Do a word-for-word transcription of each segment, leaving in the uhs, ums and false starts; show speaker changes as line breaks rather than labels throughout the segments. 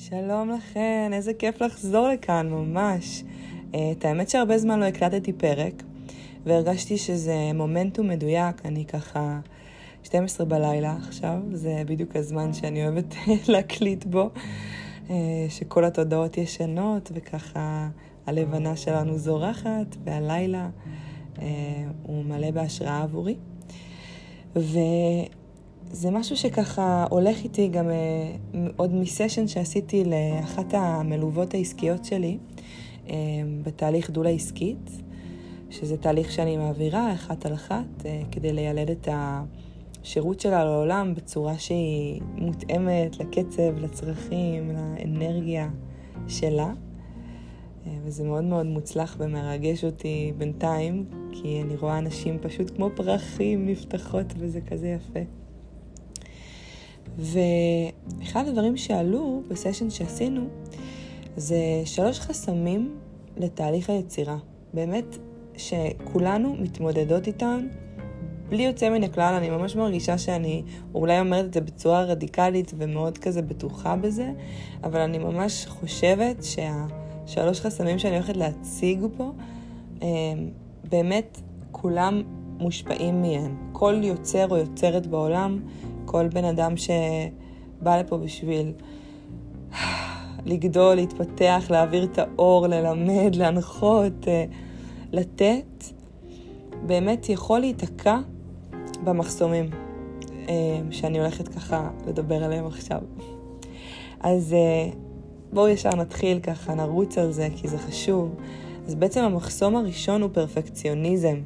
שלום לכן, איזה כיף לחזור לכאן, ממש. את האמת שהרבה זמן לא הקלטתי פרק, והרגשתי שזה מומנטום מדויק, אני ככה שתים עשרה בלילה עכשיו, זה בדיוק הזמן שאני אוהבת להקליט בו, שכל התודעות ישנות, וככה הלבנה שלנו זורחת, והלילה הוא מלא בהשראה עבורי. ו... זה משהו שככה הולך איתי גם uh, עוד מסשן שעשיתי לאחת המלוות העסקיות שלי, uh, בתהליך דולה עסקית, שזה תהליך שאני מעבירה אחת על אחת, uh, כדי לילד את השירות שלה לעולם בצורה שהיא מותאמת לקצב, לצרכים, לאנרגיה שלה. Uh, וזה מאוד מאוד מוצלח ומרגש אותי בינתיים, כי אני רואה אנשים פשוט כמו פרחים נפתחות וזה כזה יפה. ואחד הדברים שעלו בסשן שעשינו זה שלוש חסמים לתהליך היצירה. באמת שכולנו מתמודדות איתם בלי יוצא מן הכלל. אני ממש מרגישה שאני אולי אומרת את זה בצורה רדיקלית ומאוד כזה בטוחה בזה, אבל אני ממש חושבת שהשלוש חסמים שאני הולכת להציג פה, באמת כולם מושפעים מהם. כל יוצר או יוצרת בעולם, כל בן אדם שבא לפה בשביל לגדול, להתפתח, להעביר את האור, ללמד, להנחות, לתת, באמת יכול להיתקע במחסומים שאני הולכת ככה לדבר עליהם עכשיו. אז בואו ישר נתחיל ככה, נרוץ על זה כי זה חשוב. אז בעצם המחסום הראשון הוא פרפקציוניזם.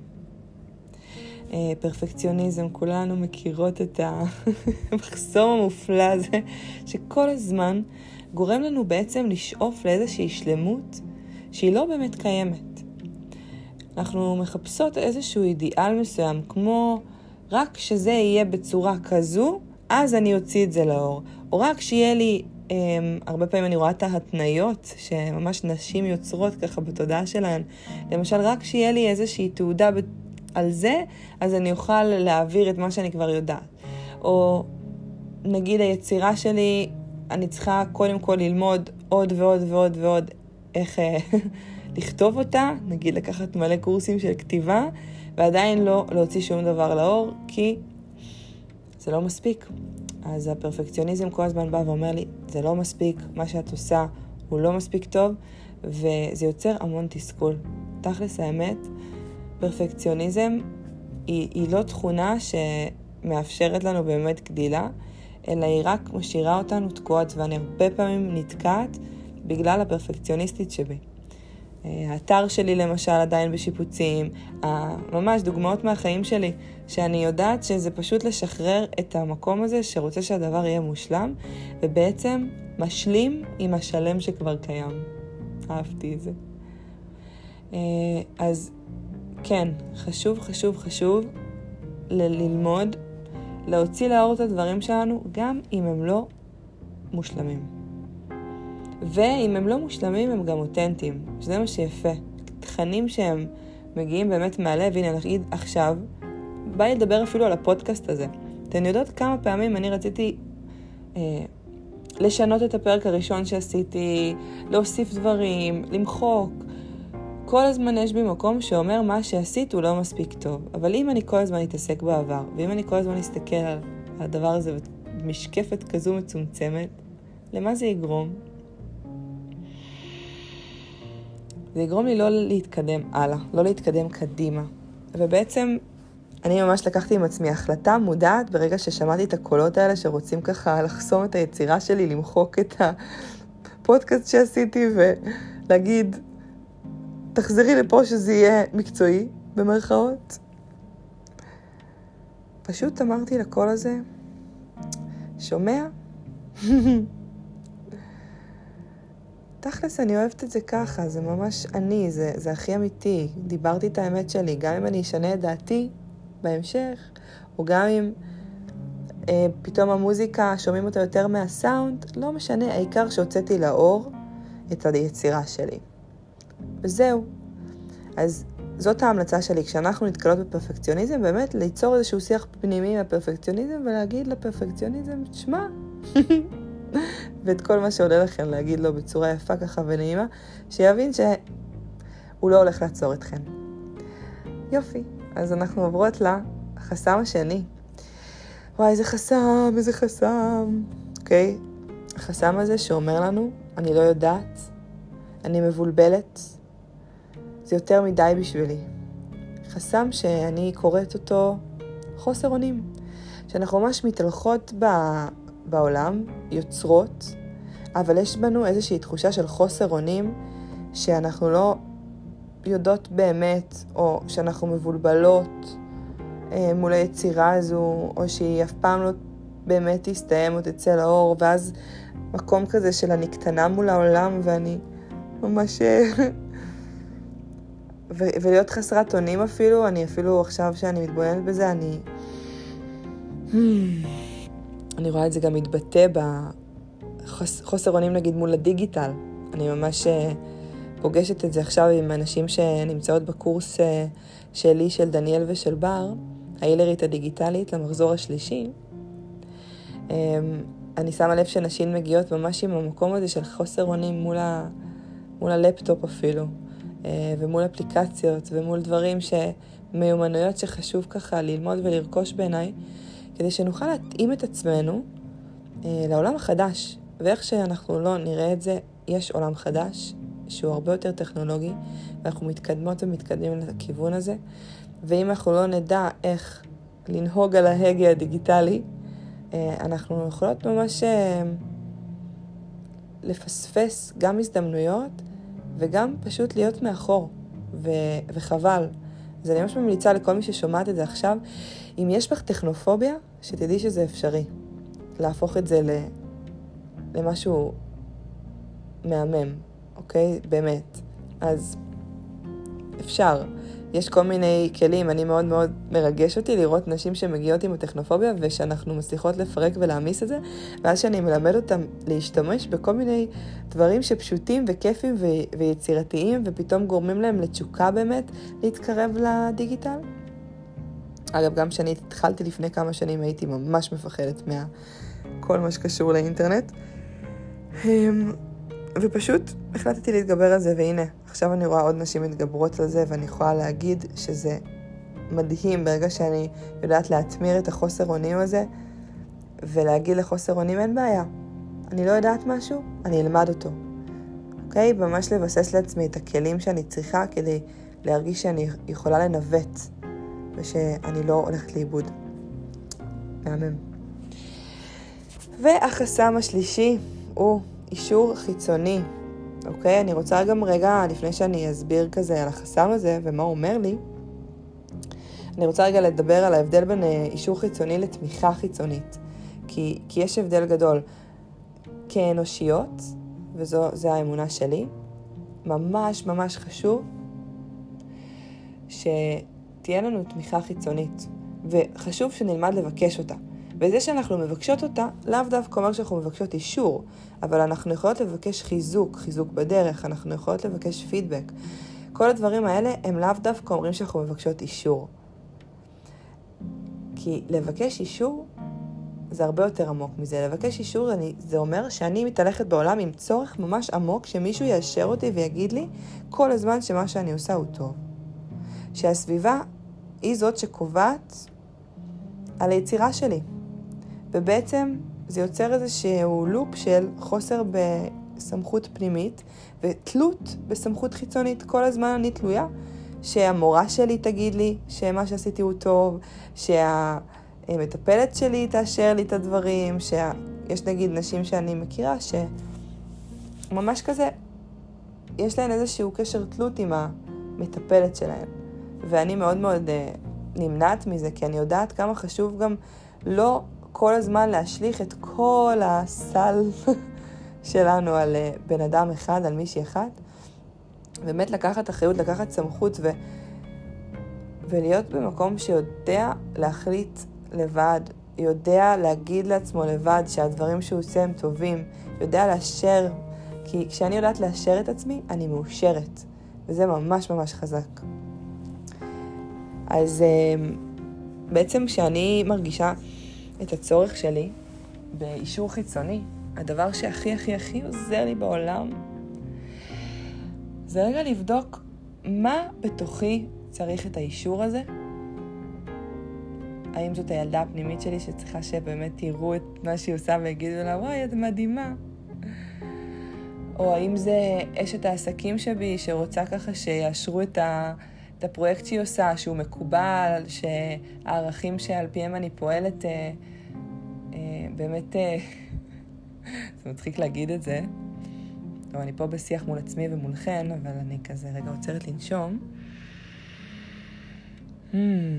פרפקציוניזם, כולנו מכירות את המחסום המופלא הזה, שכל הזמן גורם לנו בעצם לשאוף לאיזושהי שלמות שהיא לא באמת קיימת. אנחנו מחפשות איזשהו אידיאל מסוים, כמו רק שזה יהיה בצורה כזו, אז אני אוציא את זה לאור. או רק שיהיה לי, אה, הרבה פעמים אני רואה את ההתניות, שממש נשים יוצרות ככה בתודעה שלהן. למשל, רק שיהיה לי איזושהי תעודה בת... על זה, אז אני אוכל להעביר את מה שאני כבר יודעת. או נגיד היצירה שלי, אני צריכה קודם כל ללמוד עוד ועוד ועוד ועוד איך לכתוב אותה, נגיד לקחת מלא קורסים של כתיבה, ועדיין לא להוציא שום דבר לאור, כי זה לא מספיק. אז הפרפקציוניזם כל הזמן בא ואומר לי, זה לא מספיק, מה שאת עושה הוא לא מספיק טוב, וזה יוצר המון תסכול. תכלס האמת, פרפקציוניזם היא, היא לא תכונה שמאפשרת לנו באמת גדילה, אלא היא רק משאירה אותנו תקועות, ואני הרבה פעמים נתקעת בגלל הפרפקציוניסטית שבי. האתר שלי למשל עדיין בשיפוצים, ממש דוגמאות מהחיים שלי, שאני יודעת שזה פשוט לשחרר את המקום הזה שרוצה שהדבר יהיה מושלם, ובעצם משלים עם השלם שכבר קיים. אהבתי את זה. אז כן, חשוב, חשוב, חשוב ל- ללמוד, להוציא לאור את הדברים שלנו, גם אם הם לא מושלמים. ואם הם לא מושלמים, הם גם אותנטיים, שזה מה שיפה. תכנים שהם מגיעים באמת מהלב, הנה, נגיד עכשיו, בא לי לדבר אפילו על הפודקאסט הזה. אתן יודעות כמה פעמים אני רציתי אה, לשנות את הפרק הראשון שעשיתי, להוסיף דברים, למחוק, כל הזמן יש בי מקום שאומר מה שעשית הוא לא מספיק טוב. אבל אם אני כל הזמן אתעסק בעבר, ואם אני כל הזמן אסתכל על הדבר הזה במשקפת כזו מצומצמת, למה זה יגרום? זה יגרום לי לא להתקדם הלאה, לא להתקדם קדימה. ובעצם אני ממש לקחתי עם עצמי החלטה מודעת ברגע ששמעתי את הקולות האלה שרוצים ככה לחסום את היצירה שלי, למחוק את הפודקאסט שעשיתי ולהגיד, תחזרי לפה שזה יהיה מקצועי, במרכאות. פשוט אמרתי לקול הזה, שומע? תכלס אני אוהבת את זה ככה, זה ממש אני, זה, זה הכי אמיתי. דיברתי את האמת שלי, גם אם אני אשנה את דעתי בהמשך, או גם אם אה, פתאום המוזיקה שומעים אותה יותר מהסאונד, לא משנה, העיקר שהוצאתי לאור את היצירה שלי. וזהו. אז זאת ההמלצה שלי, כשאנחנו נתקלות בפרפקציוניזם, באמת ליצור איזשהו שיח פנימי מהפרפקציוניזם, ולהגיד לפרפקציוניזם, תשמע, ואת כל מה שעולה לכם להגיד לו בצורה יפה ככה ונעימה, שיבין שהוא לא הולך לעצור אתכם. יופי, אז אנחנו עוברות לחסם השני. וואי, איזה חסם, איזה חסם. אוקיי? החסם הזה שאומר לנו, אני לא יודעת, אני מבולבלת, זה יותר מדי בשבילי. חסם שאני קוראת אותו חוסר אונים. שאנחנו ממש מתהלכות בעולם, יוצרות, אבל יש בנו איזושהי תחושה של חוסר אונים, שאנחנו לא יודעות באמת, או שאנחנו מבולבלות אה, מול היצירה הזו, או שהיא אף פעם לא באמת תסתיים או תצא לאור, ואז מקום כזה של אני קטנה מול העולם, ואני ממש... ו- ולהיות חסרת אונים אפילו, אני אפילו עכשיו שאני מתבוננת בזה, אני... אני רואה את זה גם מתבטא בחוסר אונים נגיד מול הדיגיטל. אני ממש פוגשת את זה עכשיו עם אנשים שנמצאות בקורס שלי, של דניאל ושל בר, ההילרית הדיגיטלית למחזור השלישי. אני שמה לב שנשים מגיעות ממש עם המקום הזה של חוסר אונים מול, ה... מול הלפטופ אפילו, ומול אפליקציות ומול דברים שמיומנויות שחשוב ככה ללמוד ולרכוש בעיניי, כדי שנוכל להתאים את עצמנו אה, לעולם החדש. ואיך שאנחנו לא נראה את זה, יש עולם חדש שהוא הרבה יותר טכנולוגי, ואנחנו מתקדמות ומתקדמים לכיוון הזה. ואם אנחנו לא נדע איך לנהוג על ההגה הדיגיטלי, אה, אנחנו יכולות ממש אה, לפספס גם הזדמנויות, וגם פשוט להיות מאחור, ו- וחבל. אז אני ממש ממליצה לכל מי ששומעת את זה עכשיו, אם יש בך טכנופוביה, שתדעי שזה אפשרי. להפוך את זה למשהו מהמם, אוקיי? באמת. אז אפשר. יש כל מיני כלים, אני מאוד מאוד מרגש אותי לראות נשים שמגיעות עם הטכנופוביה, ושאנחנו מצליחות לפרק ולהמיס את זה, ואז שאני מלמד אותם להשתמש בכל מיני דברים שפשוטים וכיפים ו- ויצירתיים, ופתאום גורמים להם לתשוקה באמת להתקרב לדיגיטל. אגב, גם כשאני התחלתי לפני כמה שנים, הייתי ממש מפחדת מכל מה שקשור לאינטרנט. ופשוט החלטתי להתגבר על זה, והנה, עכשיו אני רואה עוד נשים מתגברות על זה, ואני יכולה להגיד שזה מדהים ברגע שאני יודעת להתמיר את החוסר אונים הזה, ולהגיד לחוסר אונים אין בעיה. אני לא יודעת משהו, אני אלמד אותו. אוקיי? ממש לבסס לעצמי את הכלים שאני צריכה, כדי להרגיש שאני יכולה לנווט, ושאני לא הולכת לאיבוד. מהמם. והחסם השלישי הוא אישור חיצוני. אוקיי? אני רוצה גם רגע, לפני שאני אסביר כזה על החסם הזה ומה הוא אומר לי, אני רוצה רגע לדבר על ההבדל בין אישור חיצוני לתמיכה חיצונית. כי, כי יש הבדל גדול. כאנושיות, וזו האמונה שלי, ממש ממש חשוב שתהיה לנו תמיכה חיצונית. וחשוב שנלמד לבקש אותה. וזה שאנחנו מבקשות אותה, לאו דווקא אומר שאנחנו מבקשות אישור, אבל אנחנו יכולות לבקש חיזוק, חיזוק בדרך, אנחנו יכולות לבקש פידבק. כל הדברים האלה הם לאו דווקא אומרים שאנחנו מבקשות אישור. כי לבקש אישור זה הרבה יותר עמוק מזה. לבקש אישור אני, זה אומר שאני מתהלכת בעולם עם צורך ממש עמוק, שמישהו יאשר אותי ויגיד לי כל הזמן שמה שאני עושה הוא טוב. שהסביבה היא זאת שקובעת על היצירה שלי. ובעצם זה יוצר איזשהו לופ של חוסר בסמכות פנימית ותלות בסמכות חיצונית. כל הזמן אני תלויה שהמורה שלי תגיד לי שמה שעשיתי הוא טוב, שהמטפלת שלי תאשר לי את הדברים, שיש נגיד נשים שאני מכירה שממש כזה יש להן איזשהו קשר תלות עם המטפלת שלהן. ואני מאוד מאוד נמנעת מזה, כי אני יודעת כמה חשוב גם לא כל הזמן להשליך את כל הסל שלנו על בן אדם אחד, על מישהי אחד. באמת לקחת אחריות, לקחת סמכות ו... ולהיות במקום שיודע להחליט לבד, יודע להגיד לעצמו לבד שהדברים שהוא עושה הם טובים, יודע לאשר, כי כשאני יודעת לאשר את עצמי, אני מאושרת, וזה ממש ממש חזק. אז בעצם כשאני מרגישה את הצורך שלי באישור חיצוני, הדבר שהכי הכי הכי עוזר לי בעולם, זה רגע לבדוק מה בתוכי צריך את האישור הזה. האם זאת הילדה הפנימית שלי שצריכה שבאמת תראו את מה שהיא עושה ויגידו לה, וואי, את מדהימה. או האם זה אשת העסקים שבי שרוצה ככה שיאשרו את, ה, את הפרויקט שהיא עושה, שהוא מקובל, שהערכים שעל פיהם אני פועלת, אה, אה, באמת, אה, זה מצחיק להגיד את זה. טוב, אני פה בשיח מול עצמי ומולכן, אבל אני כזה רגע עוצרת לנשום. Hmm.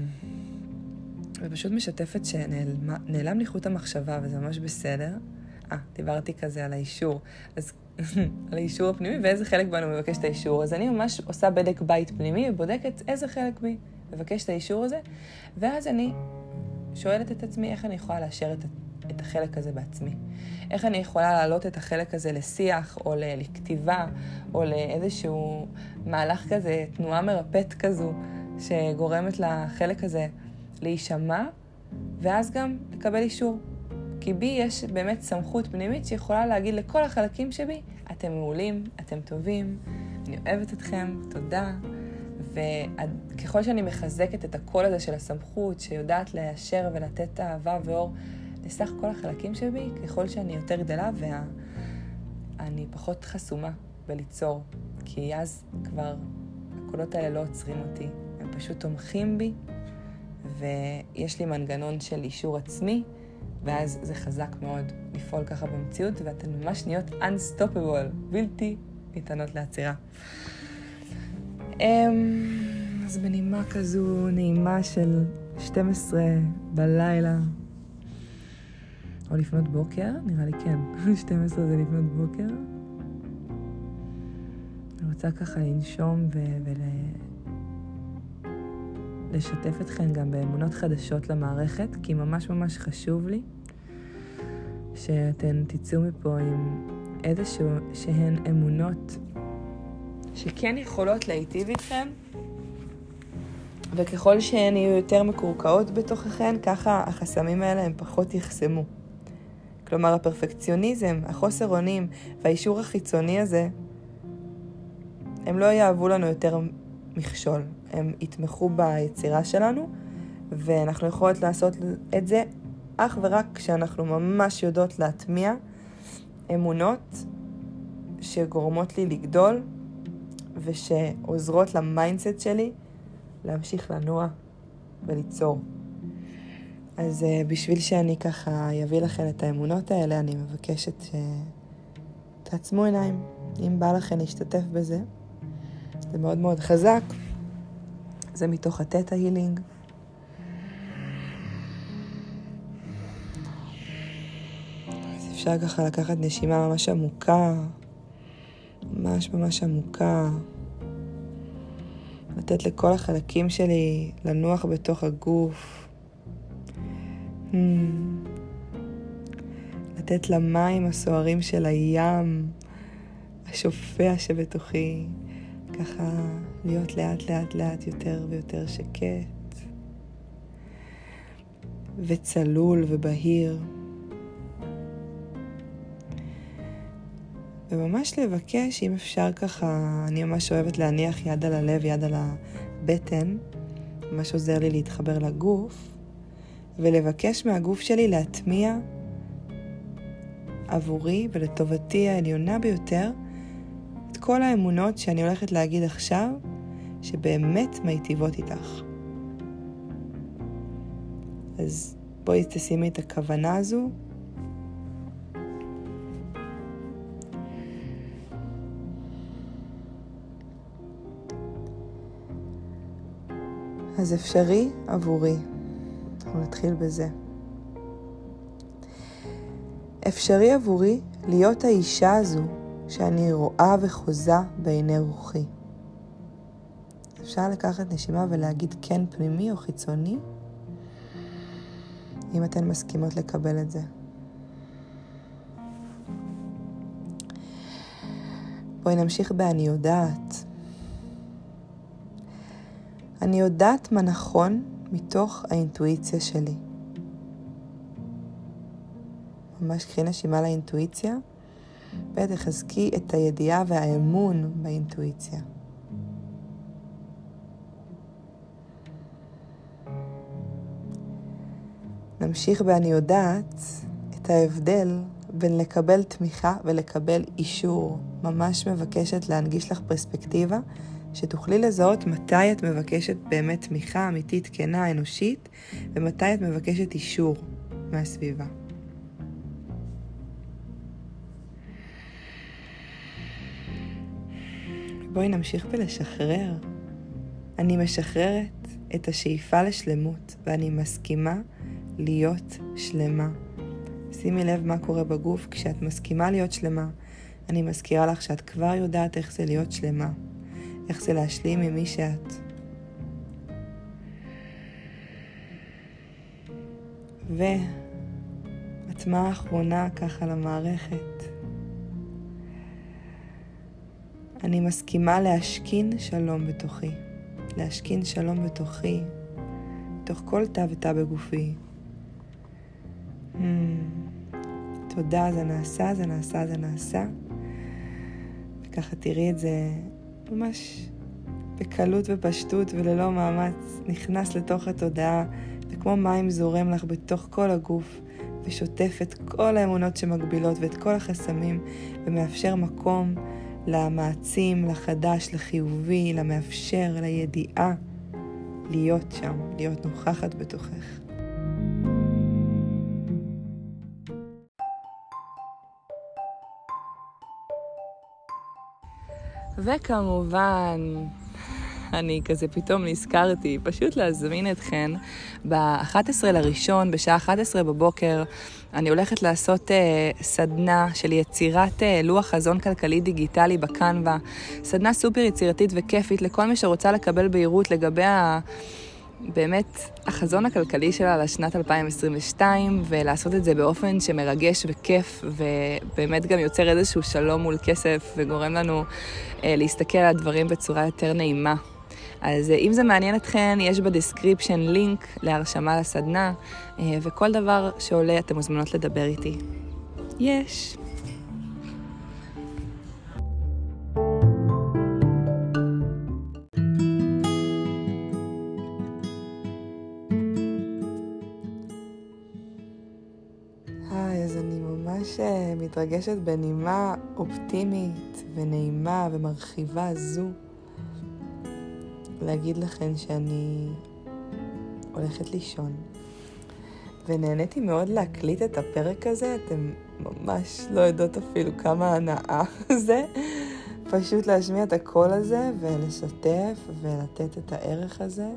ופשוט משתפת שנעלם לי חוט המחשבה, וזה ממש בסדר. אה, דיברתי כזה על האישור. אז על האישור הפנימי, ואיזה חלק בנו מבקש את האישור. אז אני ממש עושה בדק בית פנימי, ובודקת איזה חלק בי מבקש את האישור הזה, ואז אני שואלת את עצמי איך אני יכולה לאשר את, את החלק הזה בעצמי. איך אני יכולה להעלות את החלק הזה לשיח, או לכתיבה, או לאיזשהו מהלך כזה, תנועה מרפאת כזו, שגורמת לחלק הזה להישמע, ואז גם לקבל אישור. כי בי יש באמת סמכות פנימית שיכולה להגיד לכל החלקים שבי, אתם מעולים, אתם טובים, אני אוהבת אתכם, תודה. וככל שאני מחזקת את הקול הזה של הסמכות, שיודעת לאשר ולתת אהבה ואור לסך כל החלקים שבי, ככל שאני יותר גדלה ואני פחות חסומה בליצור. כי אז כבר הקולות האלה לא עוצרים אותי, הם פשוט תומכים בי, ויש לי מנגנון של אישור עצמי, ואז זה חזק מאוד לפעול ככה במציאות, ואתן ממש נהיות unstoppable, בלתי ניתנות לעצירה. אז בנימה כזו נעימה של שתים עשרה בלילה, או לפנות בוקר, נראה לי כן, שתים עשרה זה לפנות בוקר. אני רוצה ככה לנשום ולשתף ול... אתכם גם באמונות חדשות למערכת, כי ממש ממש חשוב לי שאתן תצאו מפה עם איזשהו שהן אמונות שכן יכולות להיטיב איתכם, וככל שהן יהיו יותר מקורקעות בתוככן, ככה החסמים האלה הם פחות יחסמו. כלומר, הפרפקציוניזם, החוסר אונים והאישור החיצוני הזה, הם לא יאהבו לנו יותר מכשול. הם יתמכו ביצירה שלנו, ואנחנו יכולות לעשות את זה אך ורק כשאנחנו ממש יודעות להטמיע אמונות שגורמות לי לגדול, ושעוזרות למיינדסט שלי להמשיך לנוע וליצור. אז uh, בשביל שאני ככה אביא לכם את האמונות האלה, אני מבקשת שתעצמו עיניים. אם בא לכם להשתתף בזה, זה מאוד מאוד חזק. זה מתוך התטא הילינג. אז אפשר ככה לקחת נשימה ממש עמוקה, ממש ממש עמוקה. לתת לכל החלקים שלי לנוח בתוך הגוף. Hmm. לתת למים הסוערים של הים, השופע שבתוכי, ככה להיות לאט לאט לאט יותר ויותר שקט, וצלול ובהיר. וממש לבקש, אם אפשר ככה, אני ממש אוהבת להניח יד על הלב, יד על הבטן, ממש עוזר לי להתחבר לגוף, ולבקש מהגוף שלי להטמיע עבורי ולטובתי העליונה ביותר את כל האמונות שאני הולכת להגיד עכשיו, שבאמת מיטיבות איתך. אז בואי תשימי את הכוונה הזו. אז אפשרי עבורי. אנחנו נתחיל בזה. אפשרי עבורי להיות האישה הזו שאני רואה וחוזה בעיני רוחי. אפשר לקחת נשימה ולהגיד כן פנימי או חיצוני, אם אתן מסכימות לקבל את זה. בואי נמשיך ב"אני יודעת". אני יודעת מה נכון מתוך האינטואיציה שלי. ממש קחי נשימה לאינטואיציה, ותחזקי את הידיעה והאמון באינטואיציה. נמשיך באני יודעת את ההבדל בין לקבל תמיכה ולקבל אישור. ממש מבקשת להנגיש לך פרספקטיבה, שתוכלי לזהות מתי את מבקשת באמת תמיכה אמיתית, כנה, אנושית, ומתי את מבקשת אישור מהסביבה. בואי נמשיך בלשחרר. אני משחררת את השאיפה לשלמות, ואני מסכימה להיות שלמה. שימי לב מה קורה בגוף כשאת מסכימה להיות שלמה. אני מזכירה לך שאת כבר יודעת איך זה להיות שלמה. איך זה להשלים עם מי שאת. והטמעה האחרונה ככה למערכת. אני מסכימה להשכין שלום בתוכי. להשכין שלום בתוכי. בתוך כל תא ותא בגופי. Hmm. תודה, זה נעשה, זה נעשה, זה נעשה. וככה תראי את זה ממש בקלות ופשטות וללא מאמץ. נכנס לתוך התודעה, וכמו מים זורם לך בתוך כל הגוף, ושוטף את כל האמונות שמגבילות ואת כל החסמים, ומאפשר מקום למעצים, לחדש, לחיובי, למאפשר, לידיעה, להיות שם, להיות נוכחת בתוכך. וכמובן, אני כזה פתאום נזכרתי, פשוט להזמין אתכן, ב-אחת עשרה לראשון, בשעה אחת עשרה בבוקר, אני הולכת לעשות uh, סדנה של יצירת uh, לוח חזון כלכלי דיגיטלי בקנווה, סדנה סופר יצירתית וכיפית לכל מי שרוצה לקבל בהירות לגבי ה... באמת החזון הכלכלי שלה לשנת אלפיים עשרים ושתיים, ולעשות את זה באופן שמרגש וכיף, ובאמת גם יוצר איזשהו שלום מול כסף, וגורם לנו אה, להסתכל על הדברים בצורה יותר נעימה. אז אם זה מעניין אתכן, יש בדסקריפשן לינק להרשמה לסדנה, אה, וכל דבר שעולה אתם מוזמנות לדבר איתי. יש! אז אני ממש מתרגשת בנימה אופטימית ונעימה ומרחיבה זו להגיד לכם שאני הולכת לישון, ונהניתי מאוד להקליט את הפרק הזה. אתם ממש לא יודעות אפילו כמה הנאה זה, פשוט להשמיע את הקול הזה ולשתף ולתת את הערך הזה.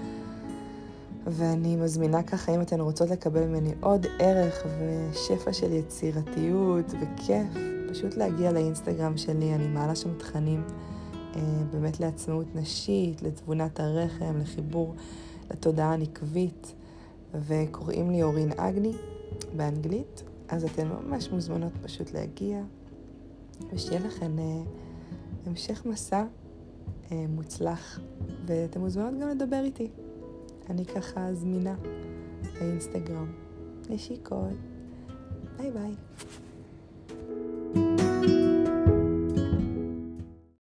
ואני מזמינה ככה, אם אתן רוצות לקבל ממני עוד ערך ושפע של יצירתיות וכיף, פשוט להגיע לאינסטגרם שלי. אני מעלה שם תכנים אה, באמת לעצמאות נשית, לתבונת הרחם, לחיבור לתודעה הנקבית, וקוראים לי אורין אגני באנגלית. אז אתן ממש מוזמנות פשוט להגיע, ושיהיה לכן אה, המשך מסע אה, מוצלח, ואתן מוזמנות גם לדבר איתי. אני ככה זמינה באינסטגרם. נשיקות. ביי ביי.